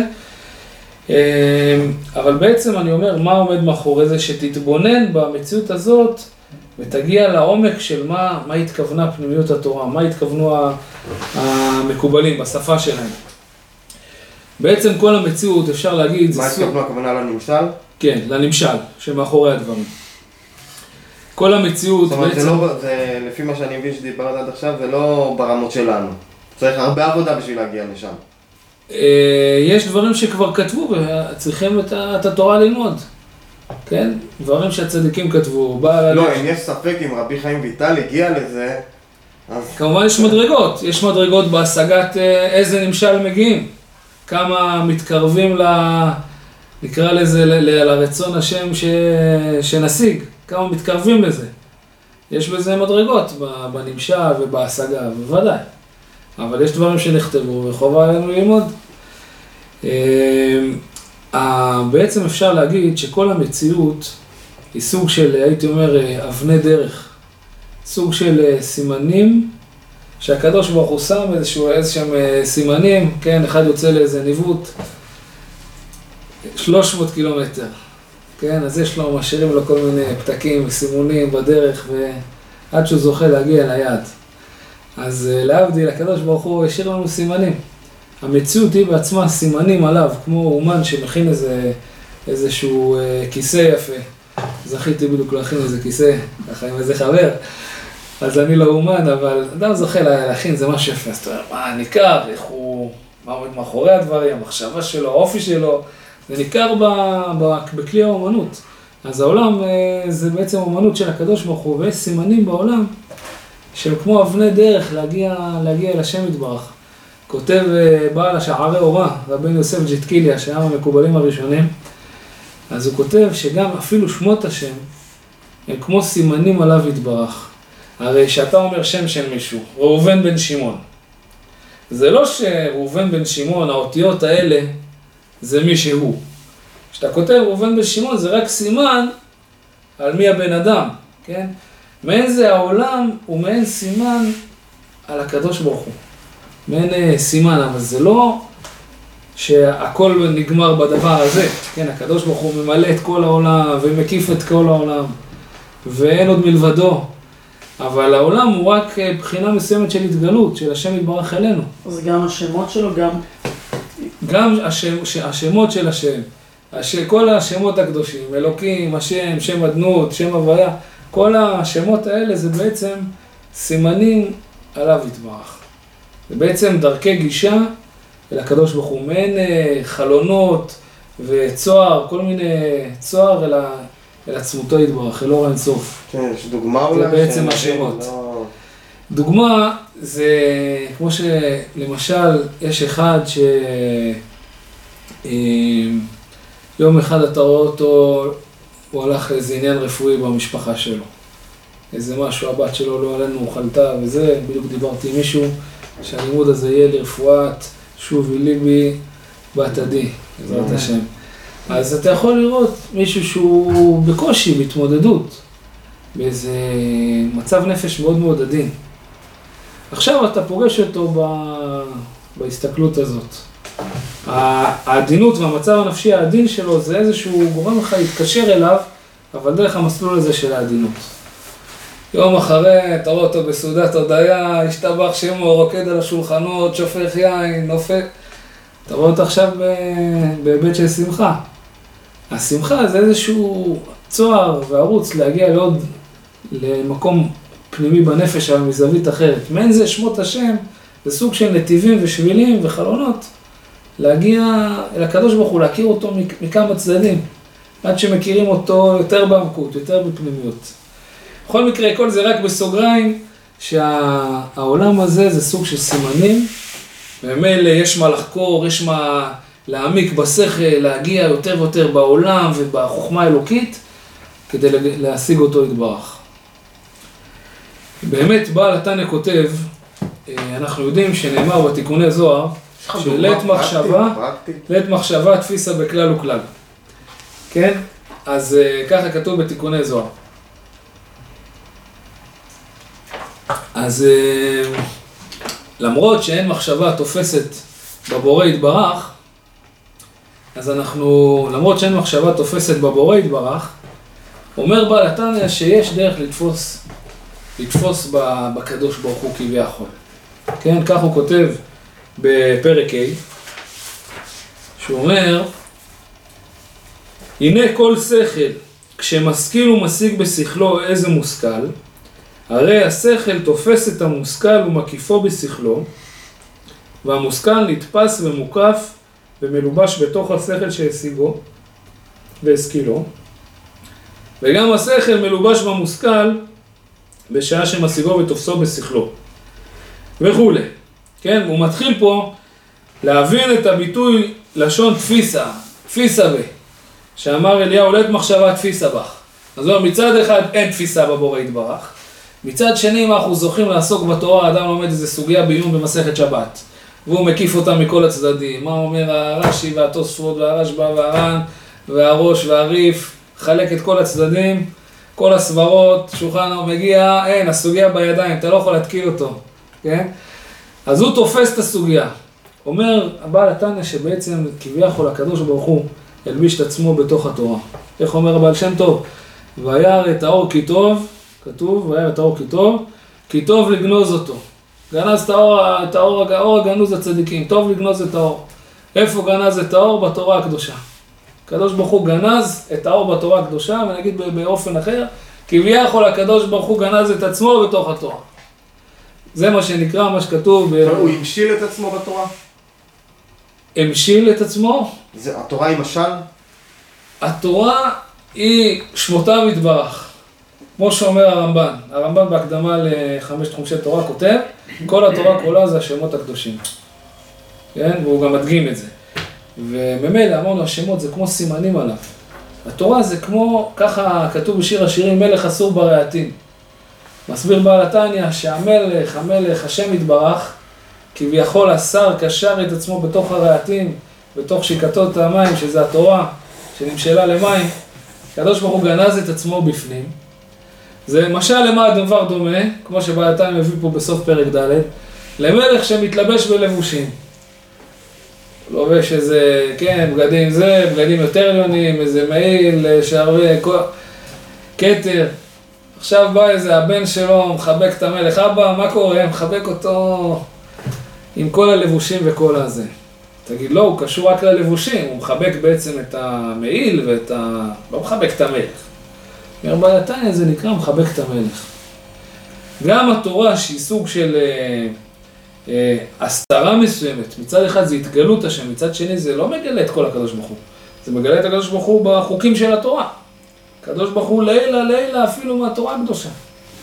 אבל בעצם אני אומר, מה עומד מאחורי זה? שתתבונן במציאות הזאת, ותגיע לעומק של מה, מה התכוונה פנימיות התורה, מה התכוונו המקובלים בשפה שלהם. בעצם כל המציאות, אפשר להגיד, מה התכוונו הכוונה לנמשל? כן, לנמשל, שמאחורי הדברים. כל המציאות זאת אומרת, בעצם... זה לא, זה, לפי מה שאני מבין שדיברת עד עכשיו, זה לא ברמות שלנו. צריך הרבה עבודה בשביל להגיע לשם. יש דברים שכבר כתבו וצריכים את התורה ללמוד. כן? דברים שהצדיקים כתבו. לא, אם יש ספק אם רבי חיים ויטל הגיע לזה, אז... כמובן יש מדרגות. יש מדרגות בהשגת איזה נמשל מגיעים. כמה מתקרבים ל... נקרא לזה ל... לרצון השם ש... שנשיג. כמה מתקרבים לזה. יש בזה מדרגות בנמשל ובהשגה, בוודאי. אבל יש דברים שנכתבו וחובה עלינו ללמוד. בעצם אפשר להגיד שכל המציאות היא סוג של, הייתי אומר, אבני דרך. סוג של סימנים שהקדוש ברוך הוא שם איזשהו, איזשהם סימנים, כן, אחד יוצא לאיזה ניווט, שלוש מאות קילומטר. כן, אז יש לו, משאירים לו כל מיני פתקים וסימונים בדרך, ועד שהוא זוכה להגיע ליעד. אז להבדיל, הקדוש ברוך הוא השאיר לנו סימנים. המציאות היא בעצמה סימנים עליו, כמו אומן שמכין איזה, איזשהו אה, כיסא יפה. זכיתי בדיוק להכין איזה כיסא, ככה עם איזה חבר. אז אני לא אומן, אבל אדם זוכה להכין, זה משהו יפה. אז אתה אומר, מה ניכר, איך הוא, מה עומד מאחורי הדברים, המחשבה שלו, האופי שלו. זה ניכר ב, ב, בכלי האומנות. אז העולם אה, זה בעצם אומנות של הקדוש ברוך הוא, ויש סימנים בעולם של כמו אבני דרך להגיע, להגיע לשם יתברך. כותב בעל השערי אורה, רבן יוסף ג'טקיליה, שהיה המקובלים הראשונים, אז הוא כותב שגם אפילו שמות השם הם כמו סימנים עליו יתברך. הרי שאתה אומר שם של מישהו, ראובן בן שמעון. זה לא שראובן בן שמעון, האותיות האלה, זה מי שהוא. כשאתה כותב ראובן בן שמעון, זה רק סימן על מי הבן אדם, כן? מעין זה העולם ומעין סימן על הקדוש ברוך הוא. מעין סימן, אבל זה לא שהכל נגמר בדבר הזה. כן, הקדוש ברוך הוא ממלא את כל העולם ומקיף את כל העולם, ואין עוד מלבדו. אבל העולם הוא רק בחינה מסוימת של התגלות, של השם יתברך אלינו. אז גם השמות שלו, גם... גם השם, השמות של השם, השם, כל השמות הקדושים, אלוקים, השם, שם אדנות, שם הוויה, כל השמות האלה זה בעצם סימנים עליו יתברך. זה בעצם דרכי גישה אל הקדוש ברוך הוא, מעין חלונות וצוהר, כל מיני צוהר אל, ה, אל עצמותו יתברך, אל אור האינסוף. כן, יש דוגמה אולי? זה בעצם השמות. לא... דוגמה זה כמו שלמשל יש אחד שיום אחד אתה רואה אותו, הוא הלך לאיזה עניין רפואי במשפחה שלו. איזה משהו, הבת שלו לא עלינו חלתה וזה, בדיוק דיברתי עם מישהו שהלימוד הזה יהיה לרפואת שובי ליבי בת עדי, בעזרת השם. אז אתה יכול לראות מישהו שהוא בקושי, בהתמודדות, באיזה מצב נפש מאוד מאוד עדין. עכשיו אתה פוגש אותו ב... בהסתכלות הזאת. העדינות והמצב הנפשי העדין שלו זה איזשהו גורם לך להתקשר אליו, אבל דרך המסלול הזה של העדינות. יום אחרי, אתה רואה אותו בסעודת הודיה, השתבח שמו, רוקד על השולחנות, שופך יין, נופק. אתה רואה אותו עכשיו בהיבט של שמחה. השמחה זה איזשהו צוהר וערוץ להגיע לעוד למקום פנימי בנפש, אבל מזווית אחרת. מעין זה שמות השם, זה סוג של נתיבים ושבילים וחלונות, להגיע אל הקדוש ברוך הוא, להכיר אותו מכמה צדדים, עד שמכירים אותו יותר בעמקות, יותר בפנימיות. בכל מקרה, כל זה רק בסוגריים, שהעולם הזה זה סוג של סימנים, וממילא יש מה לחקור, יש מה להעמיק בשכל, להגיע יותר ויותר בעולם ובחוכמה האלוקית, כדי להשיג אותו יתברך. באמת, בעל התניא כותב, אנחנו יודעים שנאמר בתיקוני זוהר, שלעת מחשבה, לעת מחשבה תפיסה בכלל וכלל. כן? אז ככה כתוב בתיקוני זוהר. אז למרות שאין מחשבה תופסת בבורא יתברך, אז אנחנו, למרות שאין מחשבה תופסת בבורא יתברך, אומר בעל התניא שיש דרך לתפוס, לתפוס בקדוש ברוך הוא כביכול. כן, כך הוא כותב בפרק ה', שהוא אומר, הנה כל שכל, כשמשכיל ומשיג בשכלו איזה מושכל, הרי השכל תופס את המושכל ומקיפו בשכלו, והמושכל נתפס ומוקף ומלובש בתוך השכל שהשיגו והשכילו, וגם השכל מלובש במושכל בשעה שמשיגו ותופסו בשכלו, וכו'. כן, הוא מתחיל פה להבין את הביטוי לשון תפיסה, תפיסה ב, שאמר אליהו, לעת מחשבה תפיסה בך. אז הוא אומר, מצד אחד אין תפיסה בבורא יתברך, מצד שני, אם אנחנו זוכים לעסוק בתורה, האדם לומד איזו סוגיה בעיון במסכת שבת, והוא מקיף אותה מכל הצדדים. מה אומר הרש"י והתוספות והרשב"א והר"ן והראש והריף, חלק את כל הצדדים, כל הסברות, שולחן הוא מגיע, אין, הסוגיה בידיים, אתה לא יכול להתקיל אותו, כן? אז הוא תופס את הסוגיה. אומר הבעל התניא שבעצם כביכול הקדוש ברוך הוא הלביש את עצמו בתוך התורה. איך אומר הבעל שם טוב? וירא את האור כי טוב, כתוב, וירא את האור כי טוב, כי טוב לגנוז אותו. גנז את האור, את האור, האור הגנוז הצדיקים, טוב לגנוז את האור. איפה גנז את האור? בתורה הקדושה. הקדוש ברוך הוא גנז את האור בתורה הקדושה, ונגיד באופן אחר, כביכול הקדוש ברוך הוא גנז את עצמו בתוך התורה. זה מה שנקרא, מה שכתוב. הוא המשיל את עצמו בתורה? המשיל את עצמו? זה, התורה היא משל? התורה היא שמותיו יתברך. כמו שאומר הרמב"ן, הרמב"ן בהקדמה לחמש תחומשי תורה כותב, כל התורה כולה זה השמות הקדושים. כן? והוא גם מדגים את זה. וממילא אמרנו, השמות זה כמו סימנים עליו. התורה זה כמו, ככה כתוב בשיר השירים, מלך אסור ברעתים. מסביר בעל התניא שהמלך, המלך, השם יתברך, כביכול השר קשר את עצמו בתוך הרעתים, בתוך שיקתות המים, שזה התורה שנמשלה למים, הקדוש ברוך הוא גנז את עצמו בפנים. זה משל למה הדבר דומה, כמו שבעל התניא מביא פה בסוף פרק ד', למלך שמתלבש בלבושים. לובש איזה, כן, בגדים זה, בגדים יותר עליונים, איזה מעיל, שערבי, כתר. עכשיו בא איזה הבן שלו, מחבק את המלך, אבא, מה קורה? מחבק אותו עם כל הלבושים וכל הזה. תגיד, לא, הוא קשור רק ללבושים, הוא מחבק בעצם את המעיל ואת ה... לא מחבק את המלך. אומר בעל התניא זה נקרא מחבק את המלך. גם התורה שהיא סוג של אה, אה, הסתרה מסוימת, מצד אחד זה התגלות השם, מצד שני זה לא מגלה את כל הקדוש ברוך הוא. זה מגלה את הקדוש ברוך הוא בחוקים של התורה. הקדוש ברוך הוא לילה לילה אפילו מהתורה הקדושה.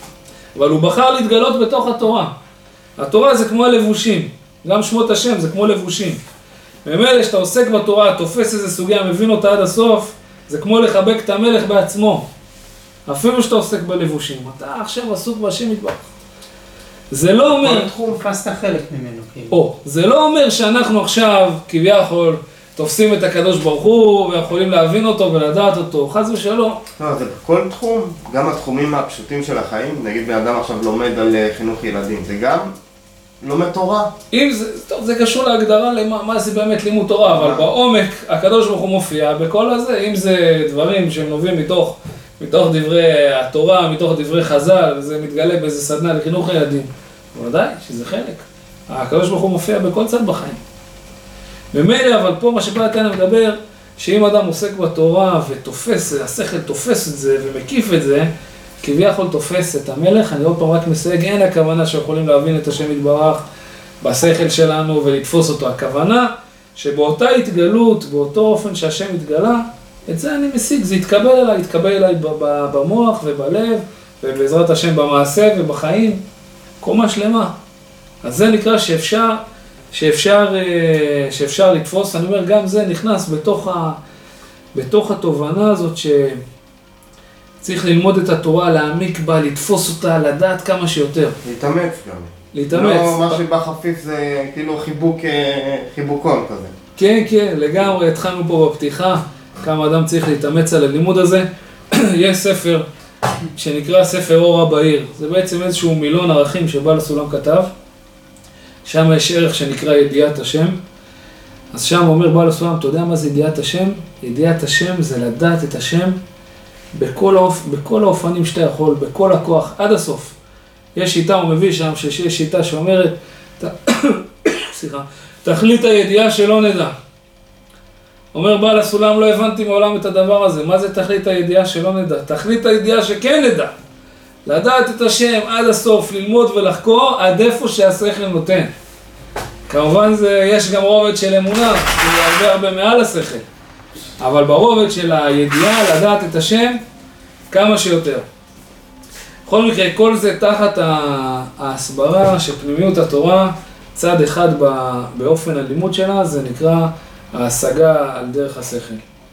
אבל הוא בחר להתגלות בתוך התורה. התורה זה כמו הלבושים, גם שמות השם זה כמו לבושים. ממילא שאתה עוסק בתורה, תופס איזה סוגיה, מבין אותה עד הסוף, זה כמו לחבק את המלך בעצמו. אפילו שאתה עוסק בלבושים, אתה עכשיו עסוק בהשם יתברך. זה לא אומר... כל תחום פסת חלק ממנו, כאילו. או, זה לא אומר שאנחנו עכשיו, כביכול, תופסים את הקדוש ברוך הוא, ויכולים להבין אותו ולדעת אותו, חס ושלום. לא, זה בכל תחום, גם התחומים הפשוטים של החיים, נגיד בן אדם עכשיו לומד על חינוך ילדים, זה גם לומד תורה. אם זה, טוב, זה קשור להגדרה למה מה זה באמת לימוד תורה, אבל בעומק, הקדוש ברוך הוא מופיע בכל הזה, אם זה דברים שהם נובעים מתוך, מתוך דברי התורה, מתוך דברי חז"ל, וזה מתגלה באיזה סדנה לחינוך ילדים, ודאי שזה חלק. הקדוש ברוך הוא מופיע בכל צד בחיים. ממילא, אבל פה מה שבא כאן מדבר, שאם אדם עוסק בתורה ותופס, השכל תופס את זה ומקיף את זה, כביכול תופס את המלך. אני עוד פעם רק מסייג, אין הכוונה שיכולים להבין את השם יתברך בשכל שלנו ולתפוס אותו. הכוונה שבאותה התגלות, באותו אופן שהשם התגלה, את זה אני משיג, זה יתקבל אליי, יתקבל אליי במוח ובלב, ובעזרת השם במעשה ובחיים, קומה שלמה. אז זה נקרא שאפשר, שאפשר, שאפשר לתפוס. אני אומר, גם זה נכנס בתוך, ה, בתוך התובנה הזאת שצריך ללמוד את התורה, להעמיק בה, לתפוס אותה, לדעת כמה שיותר. להתאמץ גם. להתאמץ. לא, מה שבא חפיף זה כאילו חיבוק, חיבוקון כזה. כן, כן, לגמרי, התחלנו פה בפתיחה, כמה אדם צריך להתאמץ על הלימוד הזה. יש ספר שנקרא ספר אורה בעיר. זה בעצם איזשהו מילון ערכים שבעל הסולם כתב. שם יש ערך שנקרא ידיעת השם. אז שם אומר בעל הסולם, אתה יודע מה זה ידיעת השם? ידיעת השם זה לדעת את השם בכל, האופ... בכל האופנים שאתה יכול, בכל הכוח, עד הסוף. יש שיטה, הוא מביא שם, שיש שיטה שאומרת, סליחה, תכלית הידיעה שלא נדע. אומר בעל הסולם, לא הבנתי מעולם את הדבר הזה. מה זה תכלית הידיעה שלא נדע? תכלית הידיעה שכן נדע. לדעת את השם עד הסוף, ללמוד ולחקור עד איפה שהשכל נותן. כמובן זה, יש גם רובד של אמונה, שהוא הרבה הרבה מעל השכל. אבל ברובד של הידיעה, לדעת את השם כמה שיותר. בכל מקרה, כל זה תחת ההסברה שפנימיות התורה, צד אחד באופן הלימוד שלה, זה נקרא ההשגה על דרך השכל.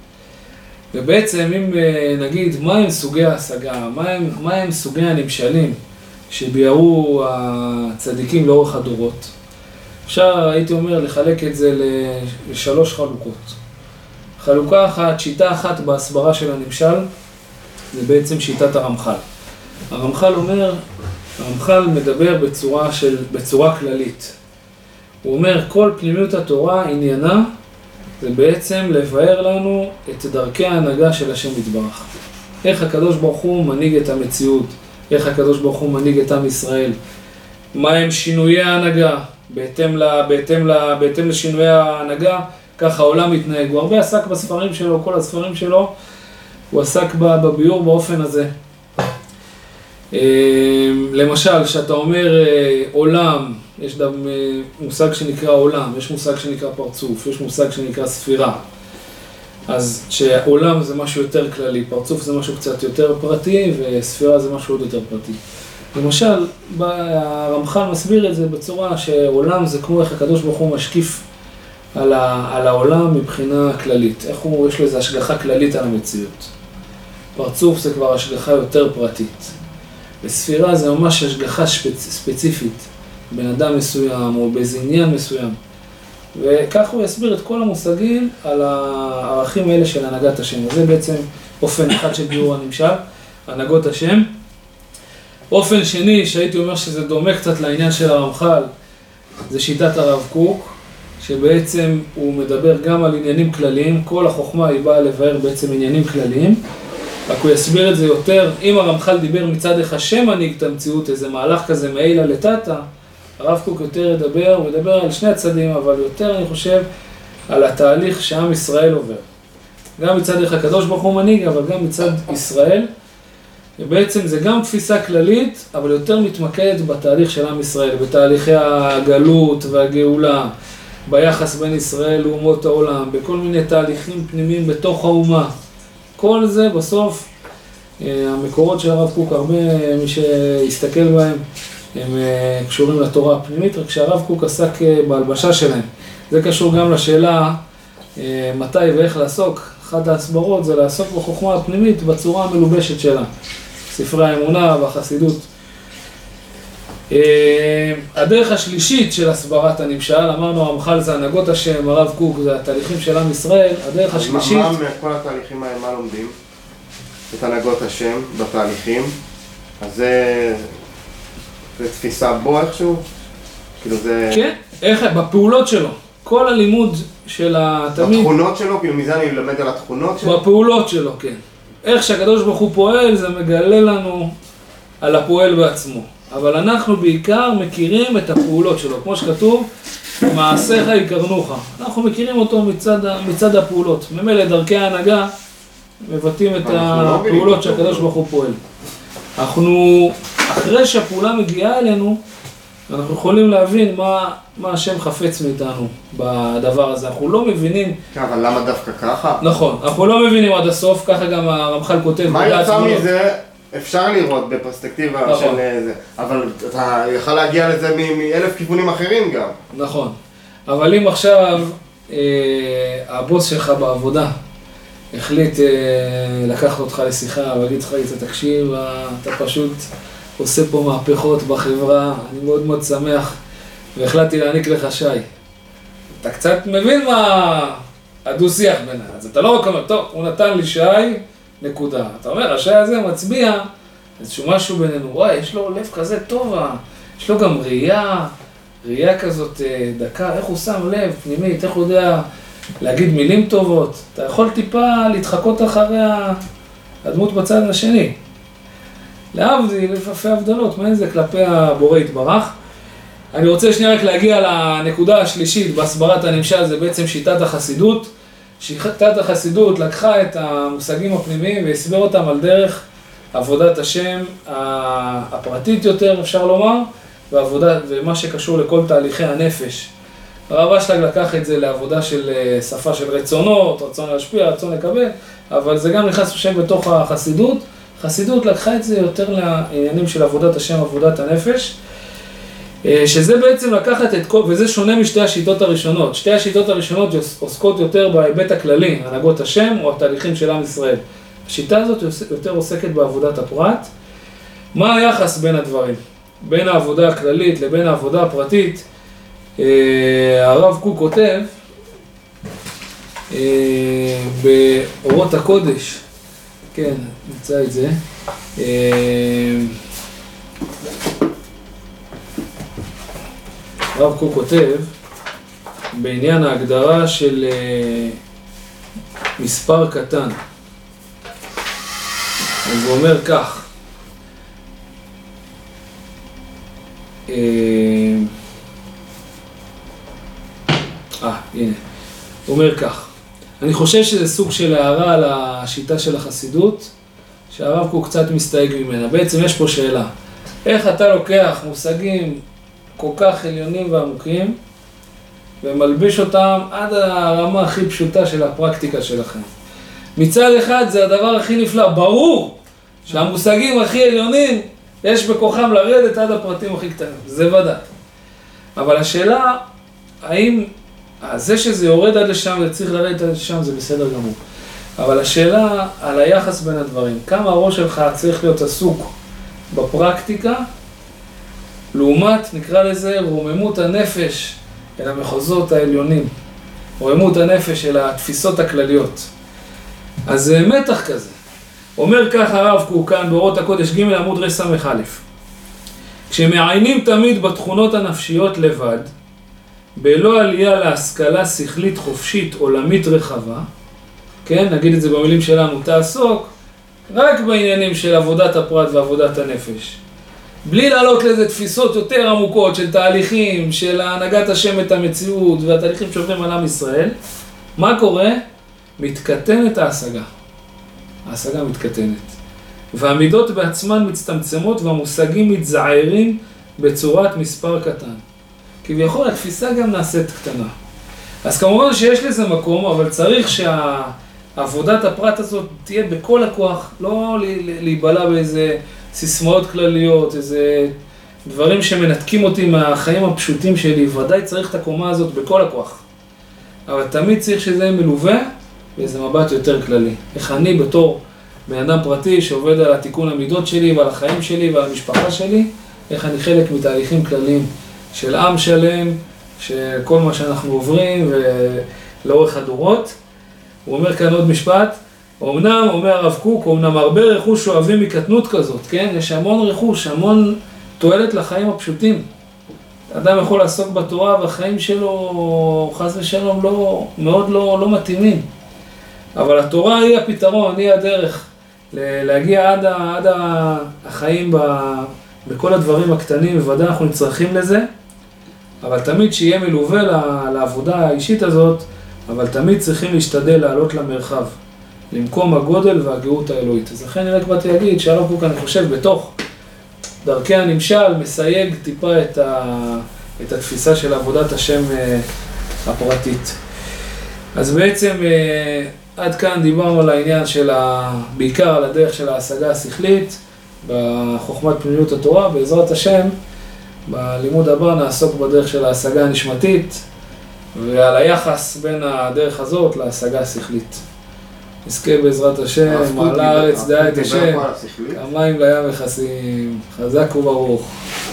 ובעצם אם נגיד, מה הם סוגי ההשגה, מה הם, מה הם סוגי הנמשלים שביארו הצדיקים לאורך הדורות? אפשר, הייתי אומר, לחלק את זה לשלוש חלוקות. חלוקה אחת, שיטה אחת בהסברה של הנמשל, זה בעצם שיטת הרמח"ל. הרמח"ל אומר, הרמח"ל מדבר בצורה, של, בצורה כללית. הוא אומר, כל פנימיות התורה עניינה, זה בעצם לבאר לנו את דרכי ההנהגה של השם יתברך. איך הקדוש ברוך הוא מנהיג את המציאות, איך הקדוש ברוך הוא מנהיג את עם ישראל, מה הם שינויי ההנהגה, בהתאם, לה, בהתאם, לה, בהתאם לשינויי ההנהגה, ככה העולם מתנהג. הוא הרבה עסק בספרים שלו, כל הספרים שלו, הוא עסק בביור באופן הזה. למשל, שאתה אומר עולם, יש גם מושג שנקרא עולם, יש מושג שנקרא פרצוף, יש מושג שנקרא ספירה. אז שעולם זה משהו יותר כללי, פרצוף זה משהו קצת יותר פרטי, וספירה זה משהו עוד יותר פרטי. למשל, הרמח"ל מסביר את זה בצורה שעולם זה כמו איך הקדוש ברוך הוא משקיף על, ה, על העולם מבחינה כללית. איך הוא, יש לו איזו השגחה כללית על המציאות. פרצוף זה כבר השגחה יותר פרטית. וספירה זה ממש השגחה שפצ, ספציפית, בן אדם מסוים או באיזה עניין מסוים. וכך הוא יסביר את כל המושגים על הערכים האלה של הנהגת השם. וזה בעצם אופן אחד של ביאור הנמשל, הנהגות השם. אופן שני, שהייתי אומר שזה דומה קצת לעניין של הרמח"ל, זה שיטת הרב קוק, שבעצם הוא מדבר גם על עניינים כלליים. כל החוכמה היא באה לבאר בעצם עניינים כלליים. רק הוא יסביר את זה יותר. אם הרמח"ל דיבר מצד איך השם מנהיג את המציאות, איזה מהלך כזה מעילה לטאטה, הרב קוק יותר ידבר, הוא ידבר על שני הצדים, אבל יותר אני חושב על התהליך שעם ישראל עובר. גם מצד איך הקדוש ברוך הוא מנהיג, אבל גם מצד ישראל. ובעצם זה גם תפיסה כללית, אבל יותר מתמקדת בתהליך של עם ישראל, בתהליכי הגלות והגאולה, ביחס בין ישראל לאומות העולם, בכל מיני תהליכים פנימיים בתוך האומה. כל זה בסוף המקורות של הרב קוק, הרבה מי שיסתכל בהם, הם קשורים לתורה הפנימית, רק שהרב קוק עסק בהלבשה שלהם. זה קשור גם לשאלה מתי ואיך לעסוק. אחת ההסברות זה לעסוק בחוכמה הפנימית בצורה המלובשת שלה. ספרי האמונה והחסידות. הדרך השלישית של הסברת הנמשל, אמרנו המחל זה הנהגות השם, הרב קוק זה התהליכים של עם ישראל. הדרך השלישית... מה מכל התהליכים האלה, מה לומדים? את הנהגות השם בתהליכים. אז זה... זה תפיסה בו איכשהו? כאילו זה... כן, איך, בפעולות שלו. כל הלימוד של התמיד... בתכונות שלו? כאילו מזה אני אלמד על התכונות שלו? בפעולות שלו, כן. איך שהקדוש ברוך הוא פועל, זה מגלה לנו על הפועל בעצמו. אבל אנחנו בעיקר מכירים את הפעולות שלו. כמו שכתוב, מעשיך יקרנוך. אנחנו מכירים אותו מצד, מצד הפעולות. ממילא דרכי ההנהגה מבטאים את הפעולות שהקדוש ברוך הוא פועל. אנחנו, אחרי שהפעולה מגיעה אלינו, אנחנו יכולים להבין מה, מה השם חפץ מאיתנו בדבר הזה. אנחנו לא מבינים... כן, אבל למה דווקא ככה? נכון, אנחנו לא מבינים עד הסוף, ככה גם הרמח"ל כותב. מה יצא מזה? אפשר לראות בפרספקטיבה נכון. של זה, אבל אתה יכול להגיע לזה מאלף כיוונים אחרים גם. נכון, אבל אם עכשיו אה, הבוס שלך בעבודה החליט אה, לקחת אותך לשיחה ולהגיד לך את התקשיב, אתה פשוט עושה פה מהפכות בחברה, אני מאוד מאוד שמח והחלטתי להעניק לך שי. אתה קצת מבין מה הדו-שיח בינה, אז אתה לא רק אומר, טוב, הוא נתן לי שי, נקודה. אתה אומר, השי הזה מצביע איזשהו משהו בינינו, וואי, יש לו לב כזה טוב, יש לו גם ראייה, ראייה כזאת דקה, איך הוא שם לב פנימית, איך הוא יודע להגיד מילים טובות. אתה יכול טיפה להתחקות אחרי הדמות בצד השני. להבדיל, לפעמים הבדלות, מה זה כלפי הבורא יתברך. אני רוצה שנייה רק להגיע לנקודה השלישית בהסברת הנמשל, זה בעצם שיטת החסידות. שיטת החסידות לקחה את המושגים הפנימיים והסבר אותם על דרך עבודת השם הפרטית יותר, אפשר לומר, ועבודה, ומה שקשור לכל תהליכי הנפש. הרב אשלג לקח את זה לעבודה של שפה של רצונות, רצון להשפיע, רצון לקבל, אבל זה גם נכנס שם בתוך החסידות. חסידות לקחה את זה יותר לעניינים של עבודת השם, עבודת הנפש, שזה בעצם לקחת את כל, וזה שונה משתי השיטות הראשונות. שתי השיטות הראשונות עוסקות יותר בהיבט הכללי, הנהגות השם או התהליכים של עם ישראל. השיטה הזאת יותר עוסקת בעבודת הפרט. מה היחס בין הדברים? בין העבודה הכללית לבין העבודה הפרטית, הרב קוק כותב באורות הקודש, כן, נמצא את זה, הרב קוק כותב בעניין ההגדרה של מספר קטן. אז הוא אומר כך, אה, הנה, הוא אומר כך, אני חושב שזה סוג של הערה על השיטה של החסידות, שהרב קוק קצת מסתייג ממנה. בעצם יש פה שאלה, איך אתה לוקח מושגים כל כך עליונים ועמוקים, ומלביש אותם עד הרמה הכי פשוטה של הפרקטיקה שלכם. מצד אחד זה הדבר הכי נפלא, ברור שהמושגים הכי עליונים יש בכוחם לרדת עד הפרטים הכי קטנים, זה ודאי. אבל השאלה, האם זה שזה יורד עד לשם, זה צריך לרדת עד לשם, זה בסדר גמור. אבל השאלה על היחס בין הדברים, כמה הראש שלך צריך להיות עסוק בפרקטיקה, לעומת, נקרא לזה, רוממות הנפש אל המחוזות העליונים, רוממות הנפש אל התפיסות הכלליות. אז זה מתח כזה. אומר ככה הרב קוק כאן באורות הקודש ג' עמוד רס"א, כשמעיינים תמיד בתכונות הנפשיות לבד, בלא עלייה להשכלה שכלית חופשית עולמית רחבה, כן, נגיד את זה במילים שלנו, תעסוק רק בעניינים של עבודת הפרט ועבודת הנפש. בלי לעלות לזה תפיסות יותר עמוקות של תהליכים, של הנהגת השם את המציאות והתהליכים שעוברים על עם ישראל, מה קורה? מתקטנת ההשגה. ההשגה מתקטנת. והמידות בעצמן מצטמצמות והמושגים מתזערים בצורת מספר קטן. כביכול התפיסה גם נעשית קטנה. אז כמובן שיש לזה מקום, אבל צריך עבודת הפרט הזאת תהיה בכל הכוח, לא להיבלה באיזה סיסמאות כלליות, איזה דברים שמנתקים אותי מהחיים הפשוטים שלי, ודאי צריך את הקומה הזאת בכל הכוח. אבל תמיד צריך שזה יהיה מלווה באיזה מבט יותר כללי. איך אני בתור בן אדם פרטי שעובד על התיקון המידות שלי ועל החיים שלי ועל המשפחה שלי, איך אני חלק מתהליכים כלליים של עם שלם, שכל מה שאנחנו עוברים ולאורך הדורות. הוא אומר כאן עוד משפט, אמנם, אומר הרב קוק, אמנם הרבה רכוש אוהבים מקטנות כזאת, כן? יש המון רכוש, המון תועלת לחיים הפשוטים. אדם יכול לעסוק בתורה והחיים שלו, חס ושלום, לא, מאוד לא, לא מתאימים. אבל התורה היא הפתרון, היא הדרך להגיע עד, ה, עד החיים ב, בכל הדברים הקטנים, בוודאי אנחנו נצרכים לזה, אבל תמיד שיהיה מלווה לעבודה האישית הזאת, אבל תמיד צריכים להשתדל לעלות למרחב, למקום הגודל והגאות האלוהית. אז לכן אני רק באתי להגיד שהרב קוק, אני חושב, בתוך דרכי הנמשל, מסייג טיפה את, ה, את התפיסה של עבודת השם הפרטית. אז בעצם עד כאן דיברנו על העניין של, ה, בעיקר על הדרך של ההשגה השכלית, בחוכמת פנימיות התורה, בעזרת השם, בלימוד הבא נעסוק בדרך של ההשגה הנשמתית, ועל היחס בין הדרך הזאת להשגה השכלית. נזכה בעזרת השם, על הארץ דעה את השם, כמים לים מכסים, חזק וברוך.